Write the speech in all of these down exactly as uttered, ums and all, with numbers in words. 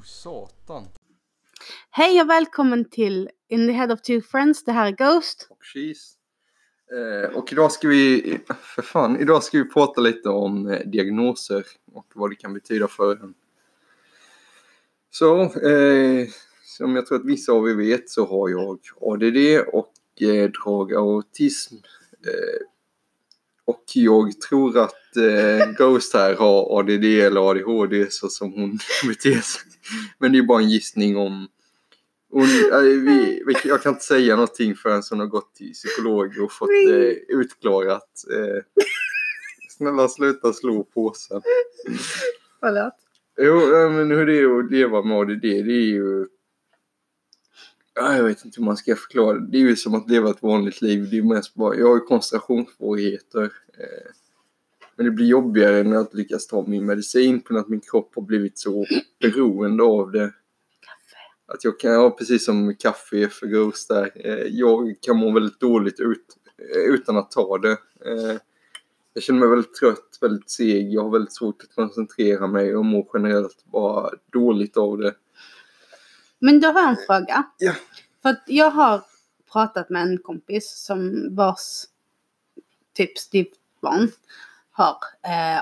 satan. Hej och välkommen till In the Head of Two Friends. Det här är Ghost. Och Cheese. Eh, och idag ska vi, för fan, idag ska vi prata lite om eh, diagnoser och vad det kan betyda för en. Så, eh, som jag tror att vissa av er vet så har jag A D D och eh, drag autism. Eh, och jag tror att eh, Ghost här har A D D eller A D H D så som hon beter sig. Men det är bara en gissning om. Och, äh, vi, vi, jag kan inte säga någonting förrän hon har gått till psykolog och fått eh, utklarat. Eh, snälla sluta slå påsen. Förlåt. Jo, men hur det är att leva med A D D, det är ju... Ja, jag vet inte hur man ska förklara det. Det är ju som att leva ett vanligt liv. Det är mest bara, jag har ju koncentrationssvårigheter. Eh, men det blir jobbigare när jag inte lyckas ta min medicin på att min kropp har blivit så beroende av det. Att jag kan, ja, precis som kaffe för Ghost där, eh, jag kan må väldigt dåligt ut, utan att ta det. Eh, jag känner mig väldigt trött, väldigt seg, jag har väldigt svårt att koncentrera mig och mår generellt bara dåligt av det. Men då har jag en fråga. Ja. För att jag har pratat med en kompis som vars typ styvbarn har, eh,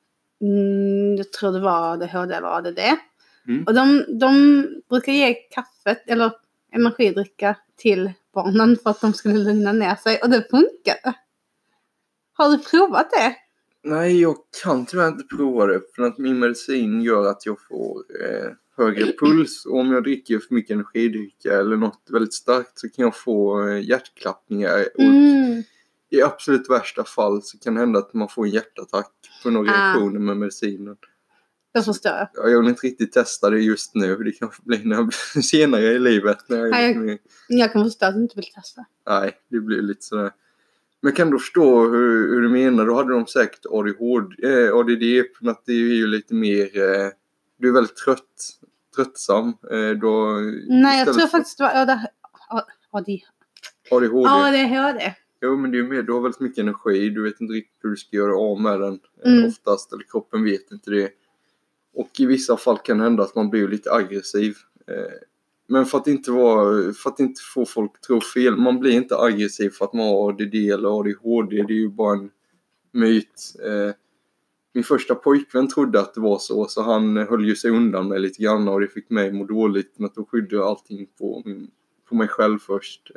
mm, jag tror det var A D H D eller A D D. Mm. Och de, de brukar ge kaffet eller energidricka till barnen för att de skulle lugna ner sig. Och det funkar. Har du provat det? Nej, jag kan tyvärr inte prova det. För att min medicin gör att jag får eh, högre puls. Och om jag dricker för mycket energidricka eller något väldigt starkt så kan jag få eh, hjärtklappningar. Mm. Och i absolut värsta fall så kan det hända att man får en hjärtattack på några ah. reaktioner med medicinen. Jag förstår. Ja, jag vill inte riktigt testa det just nu. Det kanske blir när senare i livet. När jag, Nej, jag, jag kan förstå att du inte vill testa. Nej, det blir lite sådär. Men kan du förstå hur, hur du menar? Då hade de säkert A D H D, äh, A D D. För att det är ju lite mer... Äh, du är väldigt trött. Tröttsam. Äh, då, Nej, jag tror för... faktiskt det var A D H D. A D H D. A D H D. Jo, men det är ju mer. Du har väldigt mycket energi. Du vet inte riktigt hur du ska göra av med den. Mm. Oftast. Eller kroppen vet inte det. Och i vissa fall kan det hända att man blir lite aggressiv. Men för att inte vara, för att inte få folk att tro fel. Man blir inte aggressiv för att man har A D D eller A D H D. Det är ju bara en myt. Min första pojkvän trodde att det var så. Så han höll ju sig undan med lite grann. Och det fick mig må dåligt. Men att då skyddade allting på, på mig själv först.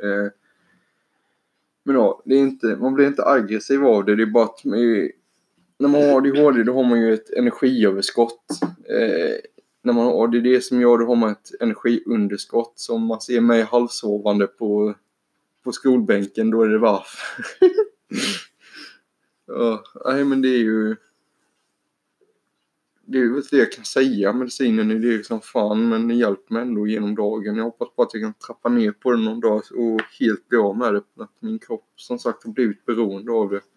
Men ja, det är inte, man blir inte aggressiv av det. Det är bara att... När man har A D H D då har man ju ett energiöverskott. Eh, när man har A D D som jag då har man ett energiunderskott. Som man ser mig halvsovande på, på skolbänken. Då är det varför. Ja, nej men det är ju... Det är ju det jag kan säga. Medicinen är det som fan. Men det hjälper mig ändå genom dagen. Jag hoppas på att jag kan trappa ner på det någon dag. Och helt bli av med det. Att min kropp som sagt har blivit beroende av det.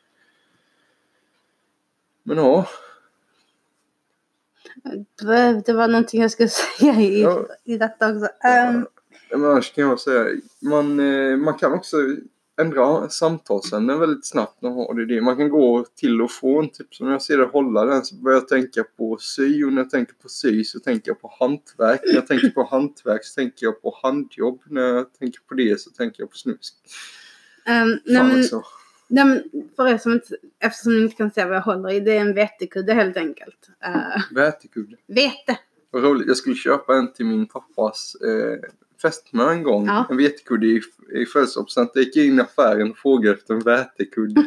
Men ja. Det var någonting jag skulle säga i, ja. i detta också. Um, ja, men annars kan jag säga. Man, man kan också ändra samtalsämnen väldigt snabbt. När det det. Man kan gå till och från. Typ som jag ser det hålla den så börjar jag tänka på sy. Och när jag tänker på sy så tänker jag på hantverk. När jag tänker på hantverk så tänker jag på handjobb. När jag tänker på det så tänker jag på snusk. Um, nej, men... Nej, men för er som inte, eftersom ni inte kan se vad jag håller i, det är en vetekudde helt enkelt. Uh, vetekudde? Vete. Vad roligt, jag skulle köpa en till min pappas eh, fästmö en gång. Ja. En vetekudde i, i födelsedagspresent. Jag gick in i affären och frågade efter en vetekudde.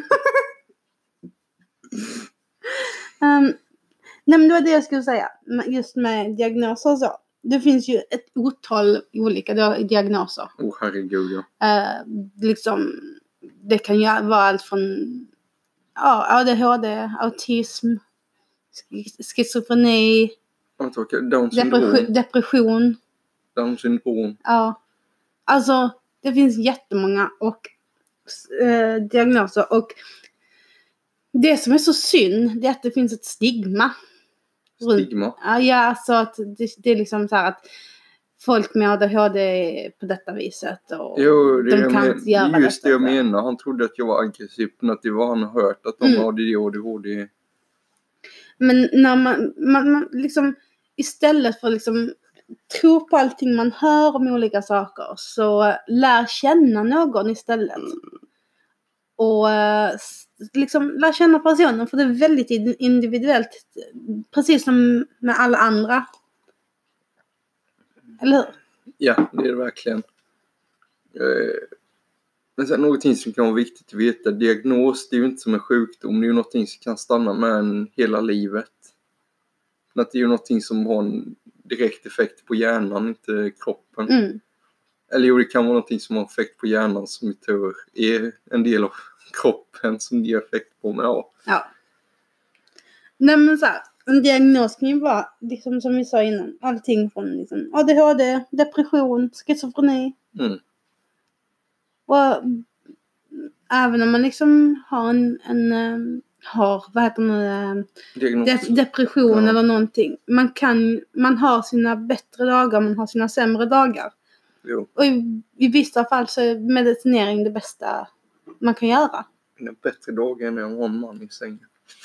um, nej men det var det jag skulle säga. Just med diagnoser och så. Det finns ju ett otal olika diagnoser. Åh oh, herregud ja. Uh, liksom... Det kan ju vara allt från ja, A D H D, autism, schizofreni, Down syndrom. depression. Down syndrom. Ja, alltså det finns jättemånga och, eh, diagnoser. Och det som är så synd det är att det finns ett stigma. Stigma? Runt, ja, alltså att det, det är liksom så här att folk med A D H D på detta viset och jo, det de kan men, inte göra det är just detta. Det jag menar. Han trodde att jag var aggressiv men att det var han har hört att de mm. har A D H D. Men när man, man, man liksom istället för liksom tro på allting man hör om olika saker, så lär känna någon istället. Och liksom lär känna personen, för det är väldigt individuellt, precis som med alla andra. Eller hur? Ja, det är det verkligen. Men sen någonting som kan vara viktigt att veta, diagnos, det är ju inte som en sjukdom, det är ju någonting som kan stanna med en hela livet. Men att det är ju någonting som har en direkt effekt på hjärnan, inte kroppen. Mm. Eller jo, det kan vara någonting som har effekt på hjärnan som i tur är en del av kroppen som ger effekt på, men ja. Ja. Nej, men så här, en diagnos kan ju vara, liksom som vi sa innan, allting från liksom A D H D, depression, schizofreni. Mm. Och även om man liksom har en, en har, vad heter det, de, depression, ja, eller någonting. Man kan, man har sina bättre dagar, man har sina sämre dagar. Jo. Och i, i vissa fall så är medicinering det bästa man kan göra. En bättre dag än en annan man i sängen.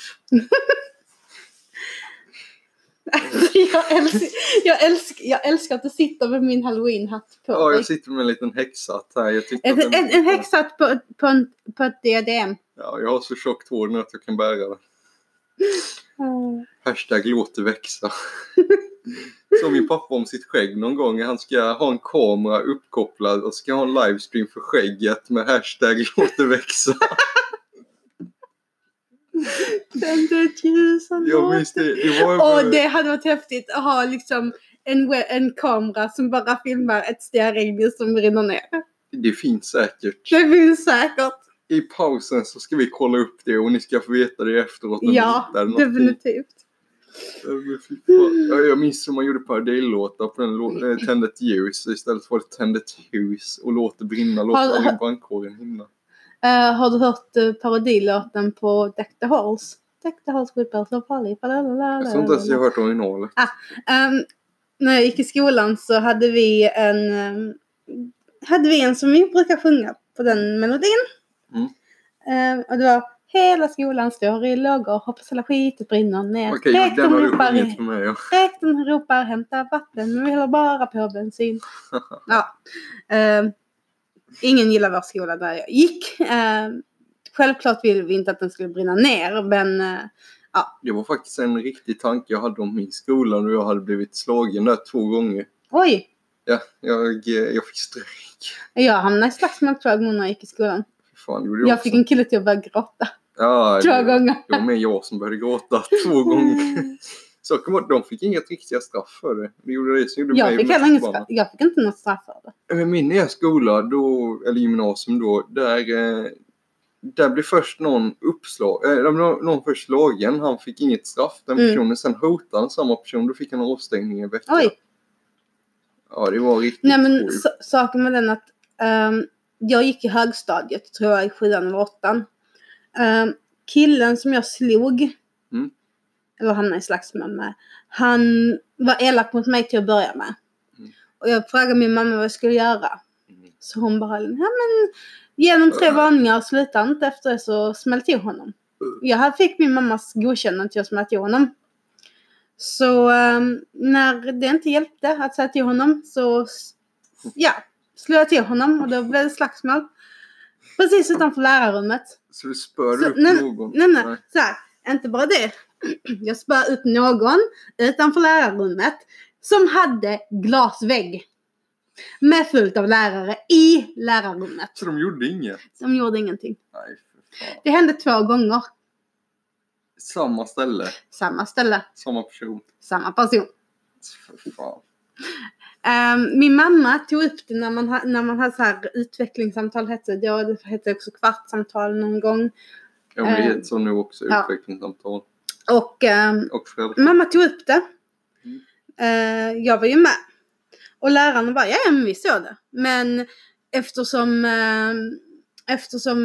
jag, älskar, jag, älskar, jag älskar att du sitter med min Halloween-hatt på. Ja, jag sitter med en liten häxhatt här. Jag en, en, en, en häxhatt på, på, en, på ett diadem. Ja, jag har så tjockt hår nu att jag kan bära det. Mm. Hashtag låter växa. Så min pappa om sitt skägg någon gång. Han ska ha en kamera uppkopplad och ska ha en livestream för skägget med hashtag låter växa. Tänd ett ljus och jag minns det. Det, var och det hade varit häftigt att ha liksom en, en kamera som bara filmar ett stearinljus som rinner ner. Det finns säkert. Det finns säkert. I pausen så ska vi kolla upp det och ni ska få veta det efteråt. Ja, definitivt. Ja, jag minns hur man gjorde parodilåtar på den Tänd ett ljus istället för att tända ett hus och låta brinna, låta har, all brandkåren hinna. Uh, har du hört uh, parodilåten på Deck the Halls? Deck the Halls with bells of holly. Jag tror inte ens jag har hört originalet. Ah, um, när jag gick i skolan så hade vi en um, hade vi en som vi brukar sjunga på den melodin. Mm. Uh, och det var hela skolan står i lågor, hoppas hela skitet brinner ner. Okej, okay, den har du sjungit för mig. Ja. Räkten ropar, hämta vatten, men vi håller bara på bensin. Ja. Uh, ingen gillar vår skola där jag gick. Uh, självklart ville vi inte att den skulle brinna ner, men uh, ja. Det var faktiskt en riktig tanke jag hade om min skola och jag hade blivit slagen där två gånger. Oj! Ja, jag, jag fick stryk. Jag hamnade i slagsmål två gånger när jag gick i skolan. Fan, jag jag också. fick en kille till att börja gråta. Ja, två det, gånger. Det var med jag som började gråta två gånger. Så kom att de fick inget riktiga straff för det. Det gjorde det, så gjorde jag, fick heller inget straff. jag fick inte något straff för det. Men min nya skola, då, eller gymnasium då, där, där blev först någon uppslag, äh, någon först slagen, han fick inget straff. Den personen, mm. sen hotade samma person, då fick han en avstängning i veckan. Oj! Ja, det var riktigt. Nej, men s- saken med den att um, jag gick i högstadiet, tror jag, i sjuan eller åttan. Um, killen som jag slog, mm. eller hamnade i slagsmål med, han var elak mot mig till att börja med. Mm. Och jag frågade min mamma vad jag skulle göra. Mm. Så hon bara, ja men genom tre varningar, sluta inte, efter det så smällde jag honom. Mm. Jag fick min mammas godkännande till att smälla till honom. Så um, när det inte hjälpte att säga till honom så ja, slog jag till honom och då blev det slagsmål. Precis utanför lärarrummet. Så du spör upp nej, någon? Nej, nej, nej. Så här, inte bara det. Jag spör upp någon utanför lärarrummet som hade glasvägg. Med fullt av lärare i lärarrummet. Så de gjorde inget? De gjorde ingenting. Nej, för fan. Det hände två gånger. Samma ställe? Samma ställe. Samma person? Samma person. För fan. Um, min mamma tog upp det när man, ha, när man hade så här utvecklingssamtal, hette det. Det hette också kvartssamtal någon gång. Ja, men det heter så nu också, ja. Utvecklingssamtal. Och, um, och mamma tog upp det. Mm. Uh, jag var ju med. Och lärarna bara, ja men vi såg det. Men eftersom, uh, eftersom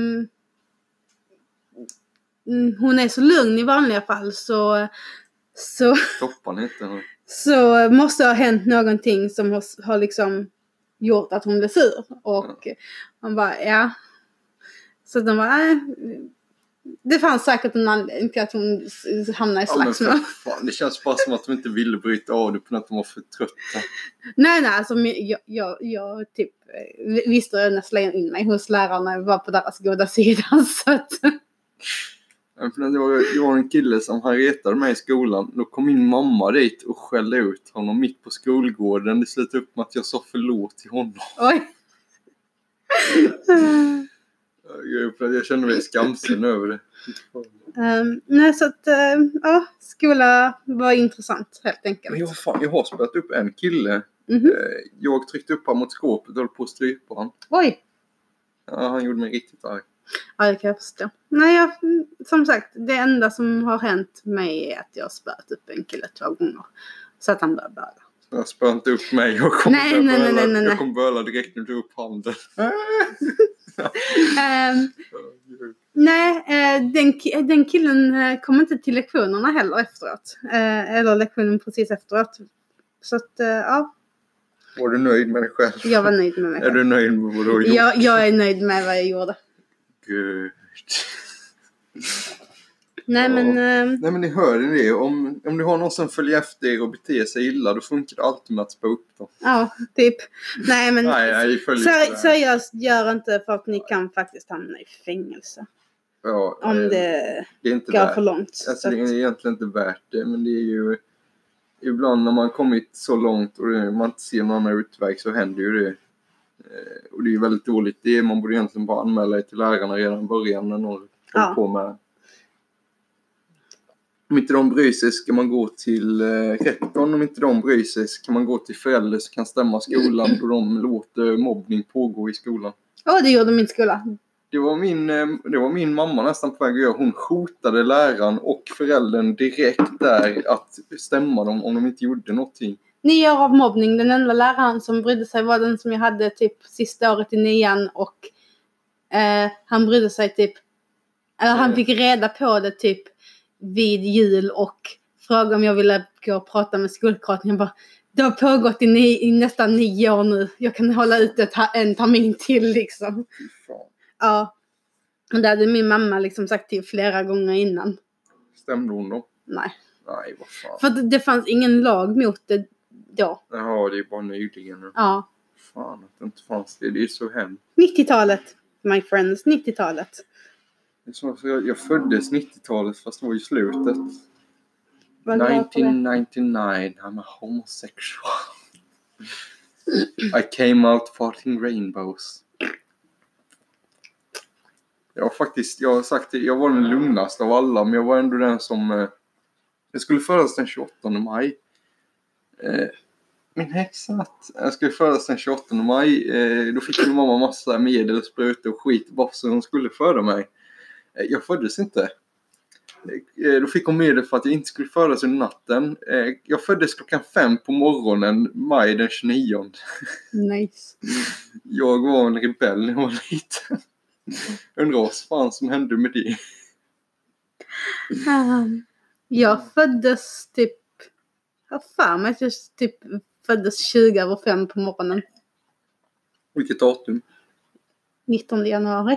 mm, hon är så lugn i vanliga fall så... så stoppar ni inte nu. Så måste ha hänt någonting som har, har liksom gjort att hon blev sur. Och ja. Man bara, ja. Så de bara, nej. Det fanns säkert en anledning till att hon hamnade i slagsmål. Ja, det känns bara som att de inte ville bryta av det på att de var för trötta. Nej, nej, alltså jag, jag, jag typ visste att jag slängde in mig hos lärarna och var på deras goda sida. Så att... Det var, det var en kille som han retade mig i skolan. Då kom min mamma dit och skällde ut honom mitt på skolgården. Det slutade upp med att jag sa förlåt till honom. Oj. Jag kände mig skamsen över det. Um, nej, så att uh, ja, skola var intressant helt enkelt. Men jag, fan, jag har spelat upp en kille. Mm-hmm. Jag tryckte upp honom mot skåpet och höll på att strypa honom. Oj. Ja, han gjorde mig riktigt arg. Ja, det kan jag förstå. Nej, jag, som sagt, det enda som har hänt mig är att jag har spöat upp en kille två gånger. Så att han börjar böla. Jag spöade inte upp mig. Jag kommer nej, nej, nej, nej, nej. Jag kommer böla direkt när du upp handen. um, nej, uh, den, den killen uh, kom inte till lektionerna heller efteråt. Uh, eller lektionen precis efteråt. Så att, uh, ja. Var du nöjd med dig själv? Jag var nöjd med mig själv. Är du nöjd med vad du har gjort? Jag, jag är nöjd med vad jag gjorde. Gud. Nej, men... Uh... Nej, men ni hör det. Om, om du har någon som följer efter er och beter sig illa, då funkar det alltid med att spå upp dem. Ja, typ. Nej, men... nej, nej, ser, seriöst, gör inte för att ni kan faktiskt hamna i fängelse. Ja, om det, det är inte går värt. för långt. Alltså, det är egentligen inte värt det, men det är ju... Ibland när man kommit så långt och man inte ser någon annan utväg så händer ju det. Och det är ju väldigt dåligt. Det är, man borde egentligen bara anmäla det till lärarna redan i början när någon ja. håller på med. Om inte de bryr sig ska man gå till eh, rektorn. Om inte de bryr sig kan man gå till föräldrar som kan stämma skolan då de låter mobbning pågå i skolan. Ja, oh, det gjorde min skola. Det var min, eh, det var min mamma nästan på väg att göra. Hon hotade läraren och föräldern direkt där att stämma dem om de inte gjorde någonting. Nio år av mobbning. Den enda läraren som brydde sig var den som jag hade typ sista året i nian. Och eh, han brydde sig typ... Eller han fick reda på det typ vid jul och frågade om jag ville gå och prata med skolkamraten. Jag bara, det har pågått i, ni, i nästan nio år nu. Jag kan hålla ut ett, en termin till liksom. Ja. Och det hade min mamma liksom sagt till flera gånger innan. Stämde hon då? Nej. Nej, vad fan. För det, det fanns ingen lag mot det då. Jaha, det är bara nyligen. Ja. Fan att det inte fanns det. Det är så hemskt. nittiotalet, my friends. nittiotalet. Så, så jag, jag föddes nittiotalet fast det var i slutet. nitton nittonhundranittionio. I'm a homosexual. I came out farting rainbows. Jag har faktiskt, jag har sagt det, jag var den lugnaste av alla. Men jag var ändå den som... Eh, jag skulle födas den tjugoåttonde maj. Eh, min häxat. Jag skulle födas den tjugoåttonde maj. Eh, då fick min mamma massa medel, sprutor och skit. Bara så hon skulle föda mig. Eh, jag föddes inte. Eh, då fick hon medel för att jag inte skulle födas under natten. Eh, jag föddes klockan fem på morgonen. Maj den tjugonionde. Nice. Jag var en rebell när jag var liten. Undrar vad fan som hände med det. Um, jag föddes typ... Jag för mig att jag typ föddes tjugo över fem på morgonen. Vilket datum? nittonde januari.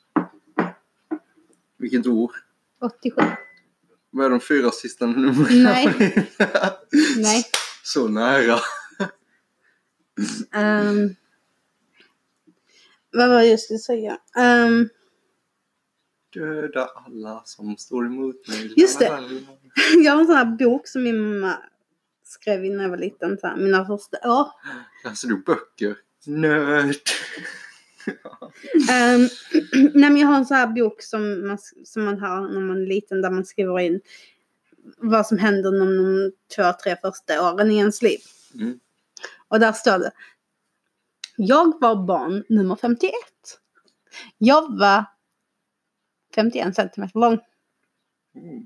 Vilket år? åttiosju. Vad är de fyra sista numren? Nej. Nej. Så nära. Um, vad var det jag skulle säga? Um, Döda alla som står emot mig. Just det. Jag har en sån här bok som min mamma skrev innan jag var liten. Så här, mina första år. Alltså du böcker. Nörd. um, nej men jag har en sån här bok som man, som man har när man är liten. Där man skriver in vad som händer de två, tre första åren i ens liv. Mm. Och där står det. Jag var barn nummer femtioett. Jag var femtioen centimeter lång. Mm.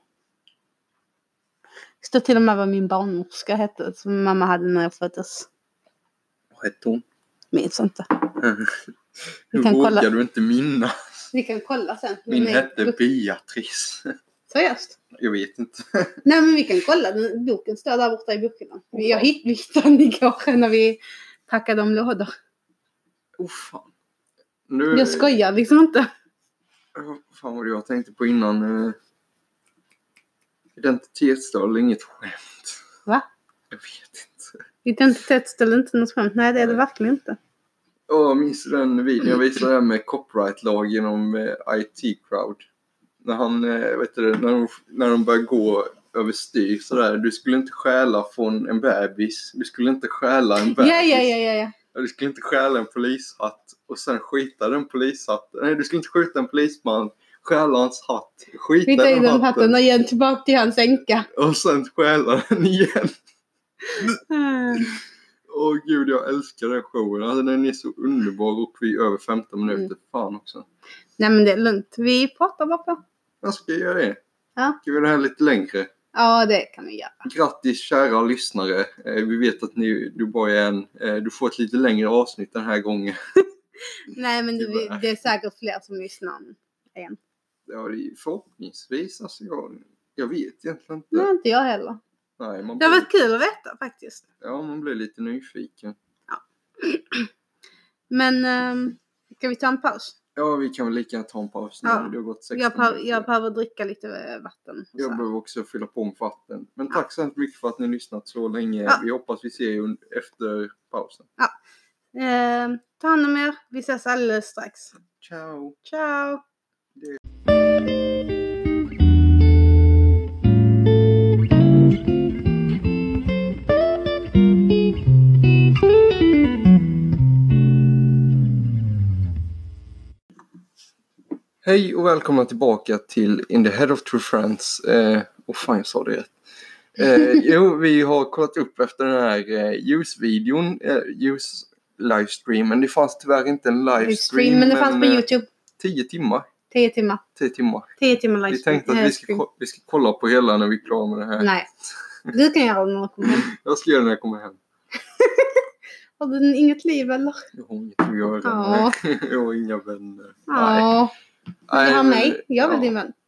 Det står till och med vad min barnmorska hette. Som mamma hade när jag föddes. Vad hette hon? Minns inte. Hur kan vågar kolla. du inte minnas? Vi kan kolla sen. Min hette Beatrice. Seriöst? Jag vet inte. Nej men vi kan kolla. Den, boken står där borta i boken. Jag hittade den igår när vi packade om lådor. Oh fan. Nu... Jag skojar liksom inte. Vad fan var det jag tänkte på innan? Eh, identitetsstöld är inget skämt. Va? Jag vet inte. Identitetsstöld är inte något skämt. Nej, det är det verkligen inte. Ja, jag minns den videon jag visade här med copyright-lag genom eh, I T-crowd. När han, eh, vet du, när de, när de börjar gå över styr sådär. Du skulle inte stjäla från en bebis. Du skulle inte stjäla en bebis. Ja, ja, ja, ja, ja. Du skulle inte stjäla en polishatt och sen skita den polishatten. Nej, du skulle inte skjuta en polisman, stjäla hans hatt, skita, skita i den hatten, hatten och ge den tillbaka till hans änka. Och sen stjäla den igen. Mm. Åh gud, jag älskar den showen. Alltså den är så underbar och vi är över femton minuter. Mm. Fan också. Nej men det är lugnt. Vi pratar bara på. Jag ska göra det. Ja. Ska vi göra det här lite längre? Ja, det kan vi göra. Grattis kära lyssnare. Eh, vi vet att ni, du bara är en. Eh, du får ett lite längre avsnitt den här gången. Nej men det, det är säkert fler som lyssnar än. Ja, det är förhoppningsvis. Alltså jag, jag vet egentligen inte. Nej, inte jag heller. Nej, man det har blir... varit kul att veta faktiskt. Ja, man blir lite nyfiken. Ja. Men um, ska vi ta en paus? Ja, vi kan väl lika gärna ta en paus nu. Ja. Det har gått sexton jag, behöver, minuter. jag behöver dricka lite vatten. Jag behöver också fylla på med vatten. Men ja. tack så hemskt mycket för att ni har lyssnat så länge. Ja. Vi hoppas vi ser er efter pausen. Ja. Eh, ta hand om er. Vi ses alldeles strax. Ciao. Ciao. Det... Hej och välkomna tillbaka till In the Head of True Friends. Eh, och fan, jag sa det rätt. Eh, jo, vi har kollat upp efter den här eh, ljusvideon, eh, ljus-livestreamen. Det fanns tyvärr inte en livestream. Men det fanns på eh, YouTube. Tio timmar. Tio timmar. Tio timmar. Tio timmar livestream. Vi tänkte att vi ska, vi ska kolla på hela när vi är klara med det här. Nej, du kan göra det när du kommer hem. Jag ska göra det när jag kommer hem. Har du inget liv eller? Jag har inget att göra. Ja. Jag har inga vänner. Ja. Nej. Du har mig. Jag är väl ja. din vän.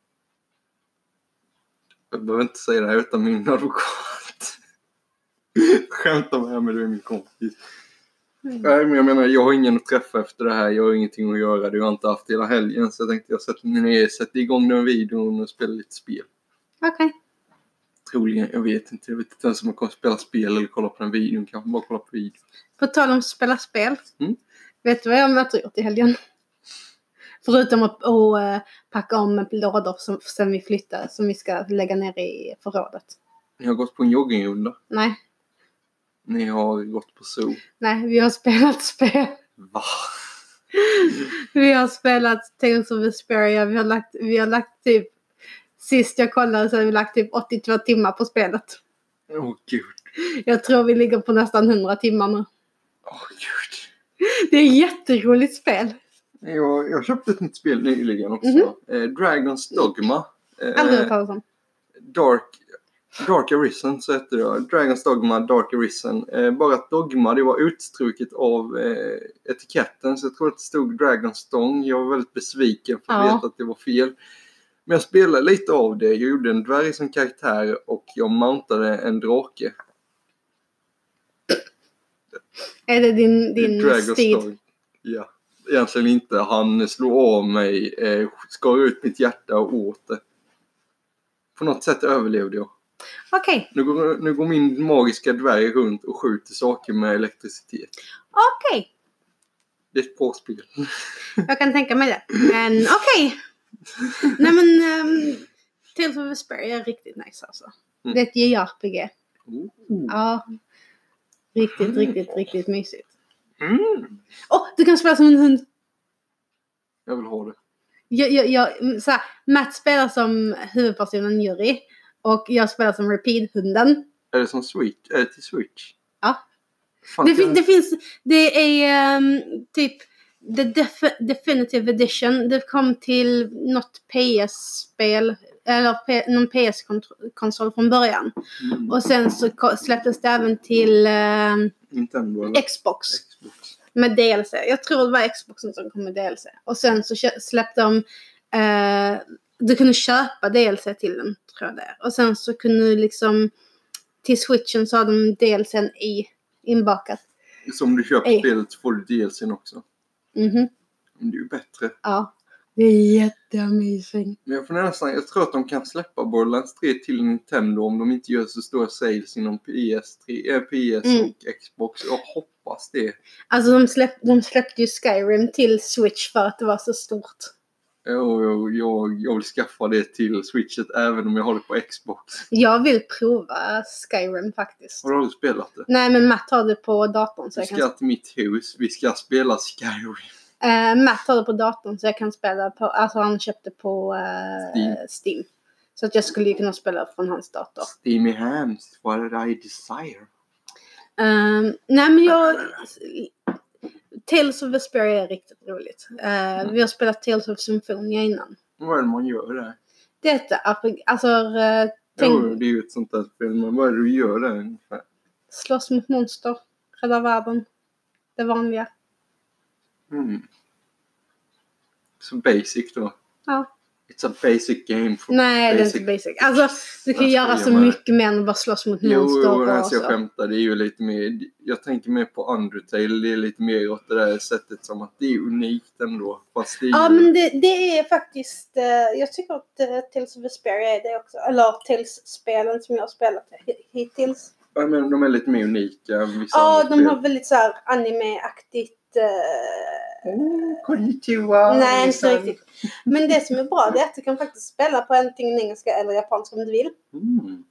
Jag behöver inte säga det här utan min advokat. Skämta med mig, du är min kompis. Mm. Nej, men jag menar, jag har ingen att träffa efter det här. Jag har ingenting att göra. Det har jag inte haft hela helgen. Så jag tänkte jag sätter mig ner, sätter igång den videon och spelar lite spel. Okej. Okay. Troligen, jag vet inte. Jag vet inte ens om jag kommer spela spel eller kolla på den videon. Kanske bara kolla på videon. På tal om att spela spel. Mm? Vet du vad jag har mött och gjort i helgen? Förutom att och, uh, packa om lådor som sen vi flyttar. Som vi ska lägga ner i förrådet. Ni har gått på en joggingrunda? Nej. Ni har gått på zoo? Nej, vi har spelat spel. Va? Vi har spelat Tales of Vesperia. Vi har lagt, vi har lagt typ... Sist jag kollade så har vi lagt typ åttiotvå timmar på spelet. Åh oh, gud. Jag tror vi ligger på nästan hundra timmar nu. Åh oh, gud. Det är ett jätteroligt spel. Jag, jag köpte ett nytt spel nyligen också. Mm-hmm. Eh, Dragon's Dogma. Eh, Aldrig hört om. Dark, Dark Arisen så heter det. Dragon's Dogma, Dark Arisen. Eh, bara att Dogma, det var utstruket av eh, etiketten. Så jag tror att det stod Dragon's Dong. Jag var väldigt besviken för att ja. veta att det var fel. Men jag spelade lite av det. Jag gjorde en dvärg som karaktär och jag mountade en drake. Är det din, din stil? Ja, egentligen inte. Han slog av mig, eh, skar ut mitt hjärta och åt det. På något sätt överlevde jag. Okej. Okay. Nu går, nu går min magiska dvärg runt och skjuter saker med elektricitet. Okej. Okay. Det är ett bra spel. Jag kan tänka mig det. Men okej. Okay. Nej men um, Tales of Vesperia är riktigt nice alltså. Mm. Det är ett J R P G. Oh. Ja. Riktigt, mm. riktigt, riktigt mysigt. Mm. Åh, oh, du kan spela som en hund. Jag vill ha det. Jag, jag, jag, så här, Matt spelar som huvudpersonen Yuri. Och jag spelar som Repeat-hunden. Är det som Switch? Är det till Switch? Ja. Det, fin- det finns, det är um, typ The def- Definitive Edition. Det kom till något P S-spel. Eller P- någon P S-konsol från början. Mm. Och sen så släpptes det även till uh, Nintendo, Xbox. Xbox. Med D L C. Jag tror det var Xboxen som kom med D L C. Och sen så släppte de... Uh, du kunde köpa D L C till den, tror jag det. Och sen så kunde du liksom... Till Switchen så har de D L C:n i inbakat. Så om du köper Ej. spelet så får du D L C:n också. Mhm. Men det är ju bättre. Ja. Det är jätteamazing. Men jag får nästan, jag tror att de kan släppa Borderlands tre till Nintendo om de inte gör så stora sales inom P S tre, äh, P S mm. och Xbox. Jag hoppas det. Alltså de, släpp, de släppte ju Skyrim till Switch för att det var så stort. Jo, jag, jag, jag vill skaffa det till Switchet även om jag har det på Xbox. Jag vill prova Skyrim faktiskt. Har du spelat det? Nej, men Matt har det på datorn. Så vi jag ska kan... till mitt hus. Vi ska spela Skyrim. Uh, Matt har det på datorn så jag kan spela på... Alltså han köpte på uh, Steam. Steam. Så att jag skulle ju kunna spela från hans dator. Steamy hands, what did I desire? Uh, nej, men jag... Tales of Vesperia är riktigt roligt. Uh, mm. Vi har spelat Tales of Symphonia innan. Vad är det man gör där? Detta, alltså... Uh, tänk... Jo, det är ju ett sånt där spel, men vad är det du gör där ungefär? Slåss mot monster, rädda världen. Det vanliga. Mm. Så basic då? Ja. It's a basic game. For Nej, basic. Det är inte basic. Alltså, du kan göra så mycket mer än bara slåss mot jo, monster. Jo, när jag skämtar, det är ju lite mer... Jag tänker mer på Undertale, det är lite mer åt det där sättet som att det är unikt ändå. Fast det är ja, ju... men det, det är faktiskt... Jag tycker att Tales of Vesperia är det också. Eller Tales-spelen som jag har spelat hittills. Ja, men de är lite mer unika. Ja, de spel. Har väldigt så här anime-aktigt... Oh, konnichiwa. Nej, inte riktigt. Men det som är bra det är att du kan faktiskt spela på antingen engelska eller japanska om du vill. Mm.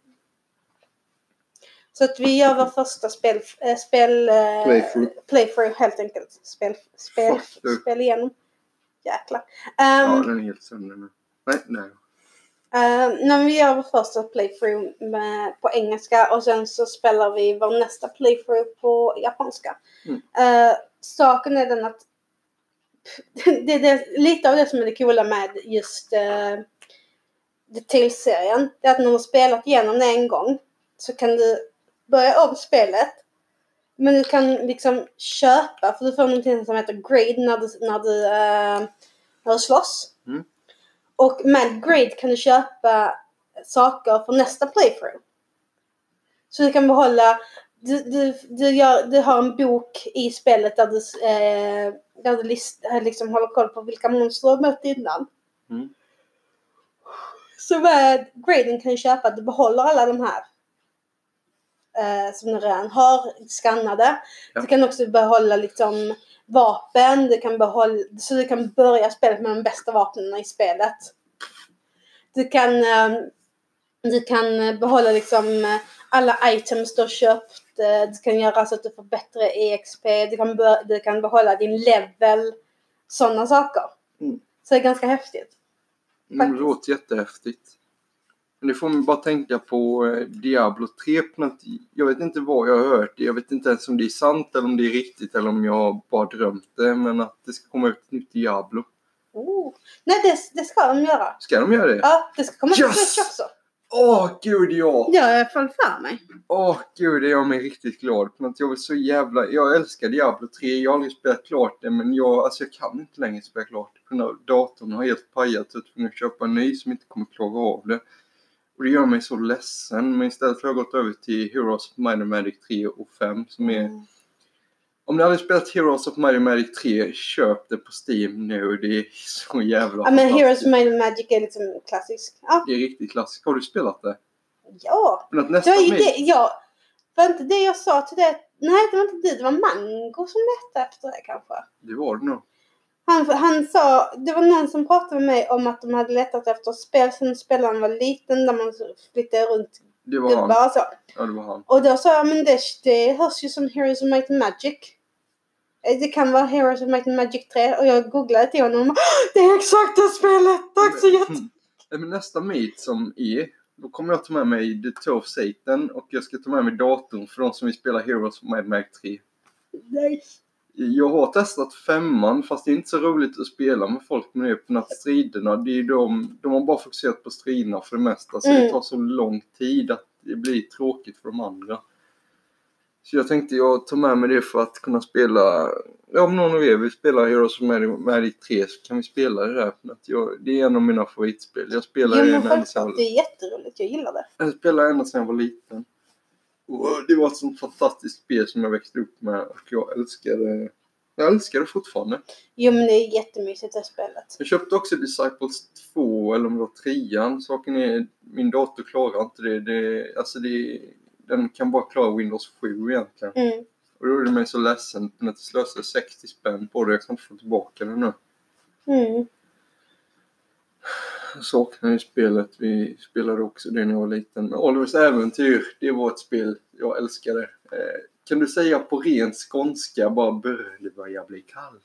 Så att vi gör vår första spel, äh, spel äh, playthrough. playthrough helt enkelt. Spel, spel, spel igenom. Jäklar. Um, ja, den är helt sönder nu. Nej, nej. Uh, när vi gör vår första playthrough med, på engelska och sen så spelar vi vår nästa playthrough på japanska. Mm. Uh, saken är den att det, det är lite av det som är det coola med just uh, The Tales-serien. Det är att när du har spelat igenom det en gång så kan du börja om spelet. Men du kan liksom köpa, för du får någonting som heter grade när du, när du, uh, när du slåss. Mm. Och med grade kan du köpa saker för nästa playthrough. Så du kan behålla... Du, du, du, gör, du har en bok i spelet där du, eh, där du list, liksom håller koll på vilka monster du har mött innan. Mm. Så med graden kan du köpa att du behåller alla de här. Eh, som du redan har skannade. Ja. Du kan också behålla liksom... vapen, du kan behålla, så du kan börja spelet med de bästa vapnen i spelet. Du kan du kan behålla liksom alla items du har köpt, du kan göra så att du får bättre E X P, du kan, be, du kan behålla din level, sådana saker. Mm. Så det är ganska häftigt. Mm, det låter jättehäftigt. Men det får man bara tänka på Diablo tre. Jag vet inte vad jag har hört. Jag vet inte ens om det är sant eller om det är riktigt eller om jag har bara drömt det. Men att det ska komma ut ett nytt Diablo. Oh. Nej, det, det ska de göra. Ska de göra det? Ja, det ska komma ut yes! Switch också. Åh, oh, gud ja. Ja, jag fall för mig. Åh, oh, gud, det är jag mig riktigt glad på. Jag vill så jävla... Jag älskar Diablo tre. Jag har aldrig spelat klart det. Men jag, alltså, jag kan inte längre spela klart det. Datorn har helt pajat. Så jag får köpa en ny som inte kommer klara av det. Och det gör mig så ledsen. Men istället har jag gått över till Heroes of Might and Magic tre och fem. Som är... Mm. Om ni aldrig spelat Heroes of Might and Magic tre, köp det på Steam nu. Det är så jävla ja, men Heroes of Might and Magic är liksom klassisk. Ja. Det är riktigt klassisk. Har du spelat det? Ja. Men att nästa det var ju det, ja. Var inte det jag sa till det? Nej, det var inte det. Det var Mango som letade efter det kanske. Det var det nog. Han, han sa, det var någon som pratade med mig om att de hade letat efter spel som spelaren var liten, där man flyttade runt det var han. Och så. Ja, det var han. Och då sa jag, men det, det hörs ju som Heroes of Might and Magic. Det kan vara Heroes of Might and Magic tre. Och jag googlade till honom. Det är exakt det spelet. Tack så jättemycket. Men nästa meet som är, då kommer jag ta med mig The Toe of Satan. Och jag ska ta med mig datorn för de som vill spela Heroes of Might and Magic tre. Nice. Jag har testat femman, fast det är inte så roligt att spela med folk med det på natt striderna. Det är de, de har bara fokuserat på striderna för det mesta. Så mm. det tar så lång tid att det blir tråkigt för de andra. Så jag tänkte jag tar med mig det för att kunna spela. Ja, om någon av er vill spela Heroes of Magic tre så kan vi spela det där. För att jag, det är en av mina favoritspel. Jag spelar jo, det men självklart, det är jätteroligt, jag gillar det. Jag spelar ända sedan jag var liten. Och det var ett sånt fantastiskt spel som jag växte upp med. Och jag älskade, Jag älskar det fortfarande. Jo, men det är jättemysigt det spelet. Jag köpte också Disciples två, eller om det var trean. Saken är, min dator klarar inte det. det alltså det, den kan bara klara Windows sju egentligen. Mm. Och då är det mig så ledsen att jag slösade sextio spänn på det. Jag kan inte få tillbaka den nu. Mm. Jag saknar ju spelet. Vi spelade också det när jag var liten. Men Olivers äventyr, det var ett spel jag älskade. Eh, kan du säga på ren skånska bara började börja bli kallt?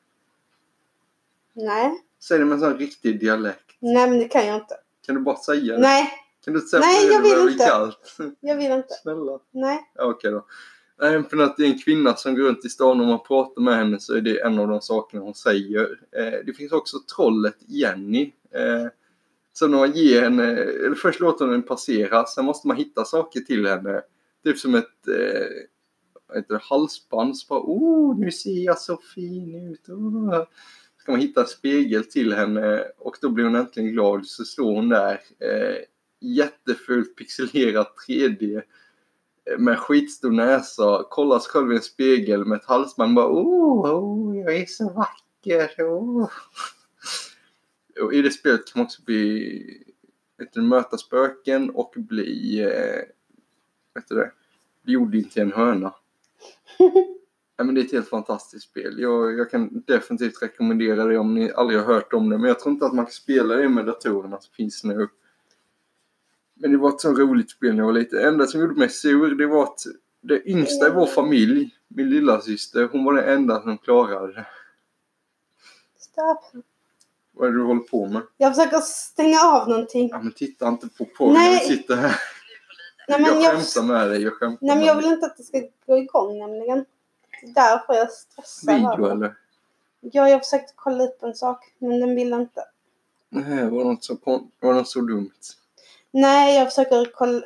Nej. Säg det med en sån riktig dialekt. Nej, men det kan jag inte. Kan du bara säga det? Nej. Kan du inte säga Nej, att jag det vill börjar bli inte. kallt? Jag vill inte. Snälla. Nej. Ja, okej då. Nej, för att det är en kvinna som går runt i stan och man pratar med henne så är det en av de sakerna hon säger. Eh, det finns också trollet Jenny. Eh, så när man ger henne, eller först låter hon den passera, sen måste man hitta saker till henne. Typ som ett, eh, ett halsband. Så bara, oh, nu ser jag så fin ut. Oh. Så kan man hitta en spegel till henne och då blir hon äntligen glad. Så står hon där, eh, jättefullt pixelerat tre D. Med skitstor näsa, kollar sig själv i en spegel med ett halsband. Bara, oh, oh, jag är så vacker. Oh. Och i det spelet kan man också bli, vet du, möta spöken och bli, eh, vet du det, bli gjord in till en höna. Ja, men det är ett helt fantastiskt spel. Jag, jag kan definitivt rekommendera det om ni aldrig har hört om det. Men jag tror inte att man kan spela det med datorerna som finns nu. Men det var ett så roligt spel när jag var lite. Det enda som gjorde mig sur, det var att det yngsta i vår familj, min lilla syster, hon var den enda som klarade det. Stopp. Vad är det du håller på med? Jag försöker stänga av någonting. Ja, men titta inte på porr när du sitter här. Nej, men jag jag skämtar med dig, jag skämtar Nej, men jag med vill inte att det ska gå igång nämligen. Därför jag stressar. Video här. eller? Ja, jag försökte kolla upp en sak, men den ville inte. Nej, var det något så, var det något så dumt? Nej, jag försöker kolla.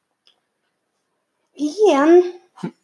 Igen?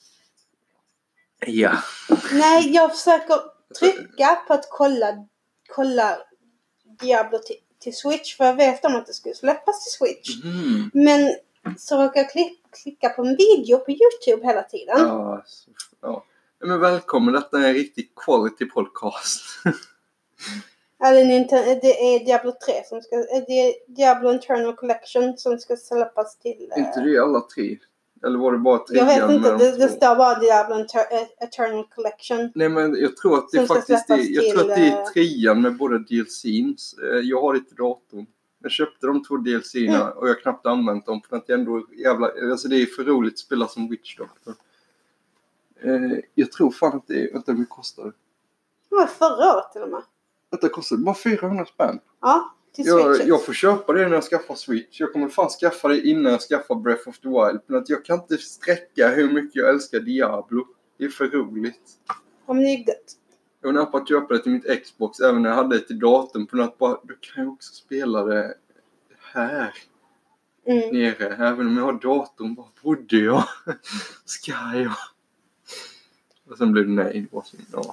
Ja. Nej, jag försöker trycka på att kolla, kolla Diablo till, till Switch. För jag vet om att det skulle släppas till Switch. Mm. Men så råkar jag klick, klicka på en video på YouTube hela tiden. Ja, så, ja. Men välkommen, detta är en riktig quality podcast. Ja, det, är Nintendo, det är Diablo tre som ska, det är Diablo Eternal Collection som ska släppas till. Är inte det alla tre? Eller var det bara tre? Jag vet inte, det, det står bara Diablo Eternal Collection. Nej, men jag tror att det faktiskt är, jag till, tror att det är trean med båda D L C:ns. Jag har det till datorn. Jag köpte de två D L C:na mm. och jag har knappt använt dem för att jag ändå jävla, alltså det är för roligt att spela som Witch Doctor. Eh, jag tror fan att det är, vänta, hur kostar det? Det var förra året till och med. Detta kostar bara fyrahundra spänn. Ja, till jag, jag får köpa det när jag skaffar Switch. Jag kommer fan skaffa det innan jag skaffar Breath of the Wild. Men att jag kan inte sträcka hur mycket jag älskar Diablo. Det är för roligt. Ja, men det är gött. Jag var nära på att köpa det till mitt Xbox. Även när jag hade det till datorn. På något bara, då kan jag också spela det här. Mm. Nere. Även om jag har datorn. Bara bodde jag. Ska jag. Och sen blev det nej. Det var så, ja.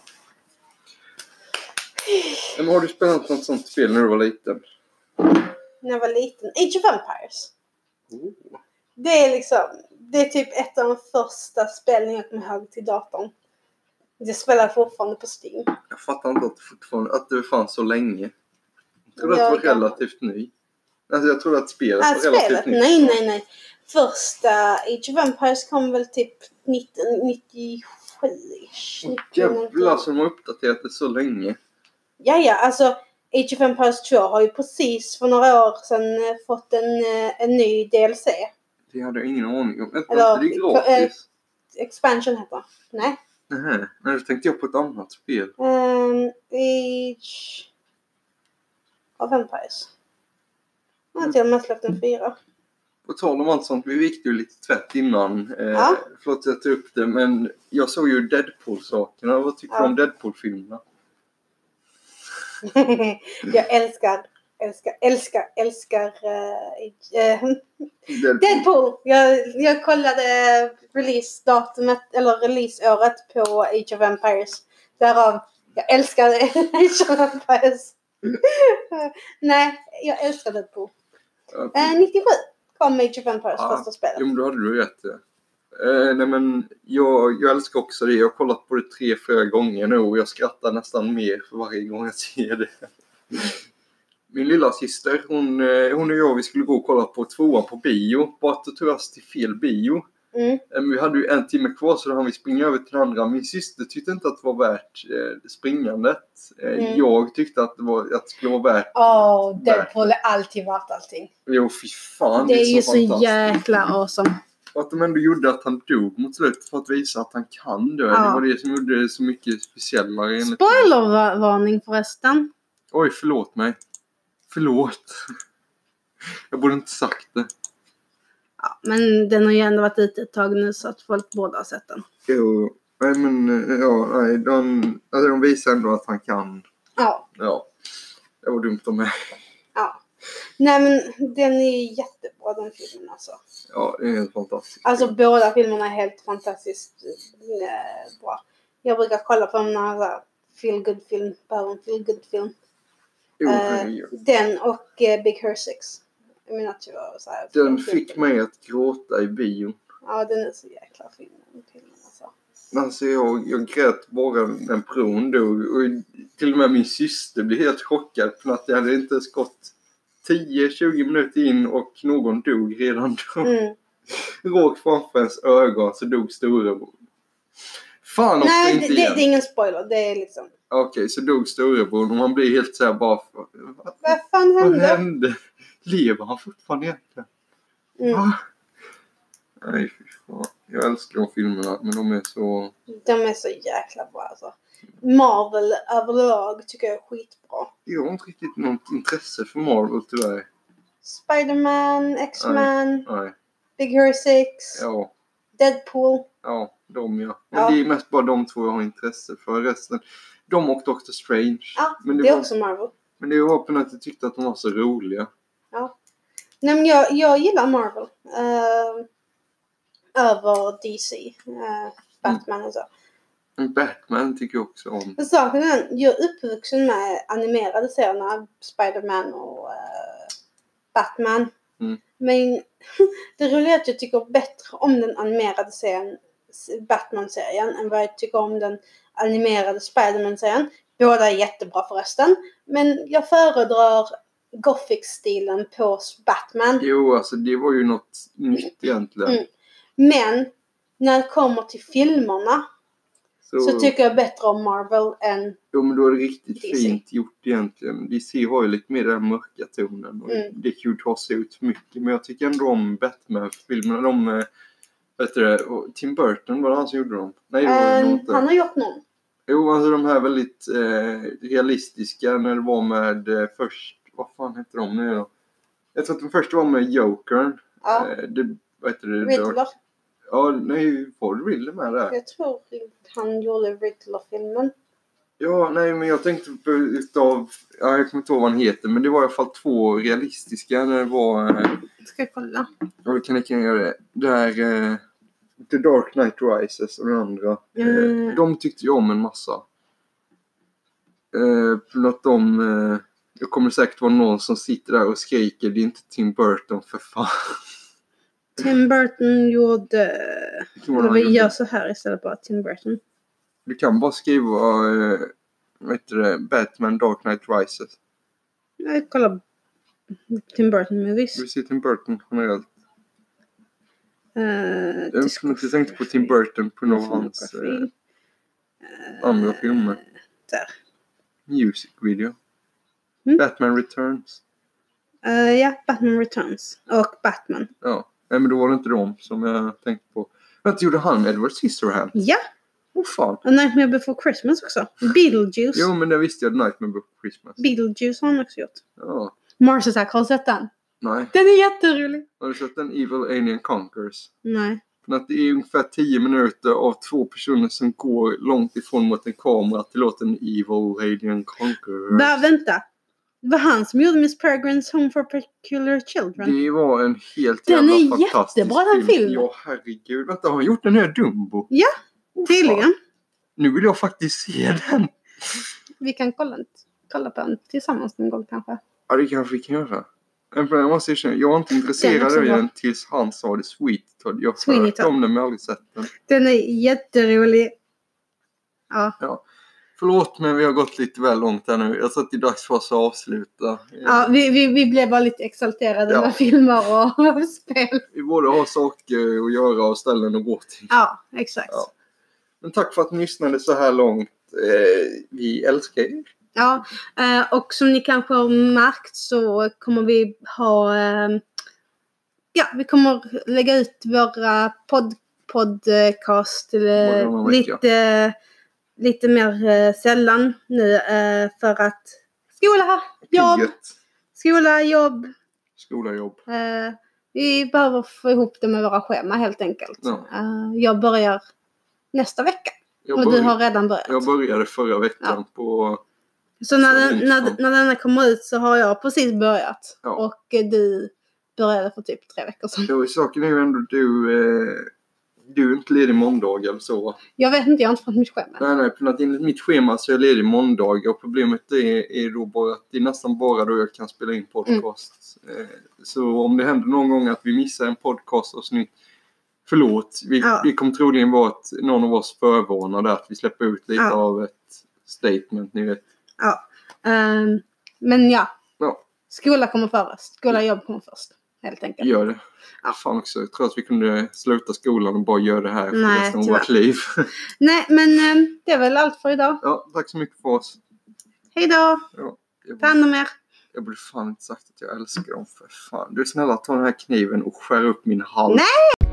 Men har du spelat något sånt spel när du var liten? När jag var liten? Age of Empires. Oh. Det är liksom, det är typ ett av de första spelen jag kommer ihåg till datorn. Det spelar fortfarande på Steam. Jag fattar inte att, fortfarande, att det fanns så länge. Jag trodde att det var relativt ny. Alltså jag trodde att spelet äh, var relativt spelet? nytt. Nej, nej, nej. Första Age of Empires kom väl typ nittonhundranittiosju. Åh, jävlar som har uppdaterat det så länge. Ja, ja, alltså Age of Empires två har ju precis för några år sedan fått en, en ny D L C. Det hade jag ingen aning om. Vänta, Eller, det är gratis. Expansion heter det. Nej. Nej, nej, då tänkte jag på ett annat spel. Um, Age of Empires. Jag har till och med släppt en fyra. På tal om allt sånt, vi vikte ju lite tvätt innan. Eh, ja. Förlåt att jag tog upp det, men jag såg ju Deadpool-sakerna. Vad tycker ja. du om Deadpool-filmerna? Jag älskar, älskar, älskar, älskar uh, uh, Deadpool. Deadpool. Jag, jag kollade release-datumet eller releaseåret på Age of Empires. Därav, jag älskar Age of Empires. Nej, jag älskar Deadpool. Uh, nittiosju kom Age of Empires ja, första spelet. Jo, men då hade du rätt. Eh, nej men jag, jag älskar också det. Jag har kollat på det tre, fyra gånger nu och jag skrattar nästan mer för varje gång jag ser det. Min lilla syster, hon, hon och jag, vi skulle gå och kolla på tvåan på bio. Bara att det tog oss till fel bio. Mm. Vi hade ju en timme kvar så då hann vi springa över till den andra. Min syster tyckte inte att det var värt eh, springandet. Eh, mm. Jag tyckte att det, var, att det skulle vara värt... Åh, oh, Deadpool är alltid värt allting. Jo, fy fan. Det är, det är ju så, så jäkla awesome. Och att de ändå gjorde att han dog mot slutet för att visa att han kan dö. Ja. Det var det som gjorde det så mycket speciellare. Spoilervarning förresten. Oj, förlåt mig. Förlåt. Jag borde inte sagt det. Ja, men den har ju ändå varit ute ett tag nu så att folk borde ha sett den. Jo, nej men ja, nej, de, alltså de visar ändå att han kan. Ja. Ja, det var dumt om mig. Ja. Nej men den är jättebra den filmen alltså. Ja, det är helt fantastiskt. Alltså båda filmerna är helt fantastiskt äh, bra. Jag brukar kolla på den här feel good film, bara en feel good film. Jo, uh, den och uh, Big Hero six. Jag menar att jag så här, den fick film. mig att gråta i bio. Ja, den är så jäkla fin den filmen alltså. Alltså jag, jag grät bara när bron dog. Och till och med min syster blev helt chockad för att jag hade inte ens gått tio till tjugo minuter in och någon dog redan då. Mm. Råk framför ens ögon så dog storebror. Fan också Nej, inte det, igen. det är ingen spoiler. Det är liksom... Okej, okay, så dog storebror och man blir helt så här bara... Vad, vad fan hände? Vad hände? Lever han fortfarande egentligen? Mm. Ah. Nej, fy fan. Jag älskar de filmerna, men de är så... De är så jäkla bra alltså. Marvel överlag tycker jag är skitbra. Jag har inte riktigt något intresse för Marvel tyvärr. Spider-Man, X-Men, nej, nej. Big Hero six, ja. Deadpool. Ja, de ja. Men ja. det är mest bara de två jag har intresse för. Resten, de och Doctor Strange. Ja, men det, det är var, också Marvel. Men det var på något att jag tyckte att de var så roliga. Ja. Nej men jag, jag gillar Marvel. Uh, över D C. Uh, Batman och så. Batman tycker jag också om. Men saken är, jag är uppvuxen med animerade serierna. Spider-Man och uh, Batman. Mm. Men det roliga är att jag tycker bättre om den animerade serien Batman-serien än vad jag tycker om den animerade Spider-Man-serien. Båda är jättebra förresten. Men jag föredrar Gothic-stilen på Batman. Jo, alltså det var ju något nytt egentligen. Mm. Men när det kommer till filmerna så... så tycker jag bättre om Marvel än Jo, men då är det riktigt D C. Fint gjort egentligen. D C har ju lite mer den mörka tonen. Och mm. det kan ju ta sig ut mycket. Men jag tycker ändå om Batman-filmerna. De, vet du det, Tim Burton, var det han som gjorde dem? Nej, det var um, inte. Han har gjort någon. Jo, alltså de här väldigt eh, realistiska när det var med eh, först, vad fan heter de nu då? Jag tror att den första var med Jokern. Ja. Eh, det, vad heter det? Riddler. Ja, nej, var det Riddler med där? Jag tror han gjorde Riddler-filmen. Ja, nej, men jag tänkte på utav, ja, jag kommer inte ihåg vad han heter, men det var i alla fall två realistiska när det var... Eh, Ska jag kolla? Ja, vi kan inte göra det. Där eh, The Dark Knight Rises och den andra. Mm. Eh, de tyckte jag om en massa. Eh, för att de... Eh, jag kommer säkert vara någon som sitter där och skriker, det är inte Tim Burton för fan. Tim Burton gjorde... Eller vi gör så här istället bara, Tim Burton. Du kan bara skriva äh, vad heter det, Batman Dark Knight Rises. Jag kollar Tim Burton movies. Vi ser Tim Burton generellt. Uh, jag skulle inte tänka på Tim Burton på någon av hans äh, andra filmer. Där. Music video. Mm? Batman Returns. Uh, ja, Batman Returns. Och Batman. Ja, nej, men då var det inte de som jag tänkte på. Vänta, gjorde han Edward Scissorhands? Ja. Åh oh, fan. Och Nightmare Before Christmas också. Beetlejuice. Jo, men det visste jag. Nightmare Before Christmas. Beetlejuice har han också gjort. Ja. Mars Attack, har du sett den? Nej. Den är jätterolig. Har du sett den Evil Alien Conquers? Nej. Men att det är ungefär tio minuter av två personer som går långt ifrån mot en kamera till låta en Evil Alien Conquers. Bara vänta. Det var han som gjorde Miss Peregrine's Home for Peculiar Children. Det var en helt den jävla är fantastisk jättebra, den filmen. Ja, herregud. Vänta, har han gjort den här Dumbo? Ja, oh, tydligen. Fan. Nu vill jag faktiskt se den. Vi kan kolla, kolla på den tillsammans någon gång kanske. Ja, det kanske vi kan göra. Jag måste erkänna, jag var inte intresserad av den tills han sa det Sweet Todd. Jag har hört om den men aldrig sett den. Den är jätterolig. Ja. ja. Förlåt men vi har gått lite väl långt här nu. Jag tror att det är dags för oss att avsluta. Ja, vi, vi, vi blev bara lite exalterade ja. med filmer och spel. Vi borde ha saker att göra och ställen att gå till. Ja, exakt. Ja. Men tack för att ni lyssnade så här långt. Eh, vi älskar er. Ja, och som ni kanske har märkt så kommer vi ha, ja, vi kommer lägga ut våra pod, podcast lite, lite mer sällan nu för att skola, jobb, skola, jobb, skola, jobb. Vi behöver få ihop det med våra schema helt enkelt. Ja. Jag börjar nästa vecka jag och började, du har redan börjat. Jag började förra veckan ja. på... Så när den, när, när den kommer ut så har jag precis börjat. Ja. Och du började för typ tre veckor sedan. Ja, saken är ju ändå du, eh, du är inte ledig måndag eller så. Jag vet inte, jag har inte fått mitt schema. Nej, nej, för att enligt mitt schema så är jag ledig måndag. Och problemet är, är då bara att det är nästan bara då jag kan spela in podcast. Mm. Eh, så om det händer någon gång att vi missar en podcast och snitt, förlåt. Vi, ja. vi kommer troligen vara att någon av oss förvarnar där att vi släpper ut lite ja. av ett statement, ni vet. Ja, um, men ja. ja. Skola kommer först. Skola och jobb kommer först. Helt enkelt. Gör det. Ja. Fan också. Jag tror att vi kunde sluta skolan och bara göra det här för Nej, resten av vårt liv. Nej, men um, det är väl allt för idag. Ja, tack så mycket för oss. Hej då. Ja, ta hand om er. Jag borde fan inte sagt att jag älskar dem för fan. Du är snälla ta den här kniven och skär upp min hals. Nej!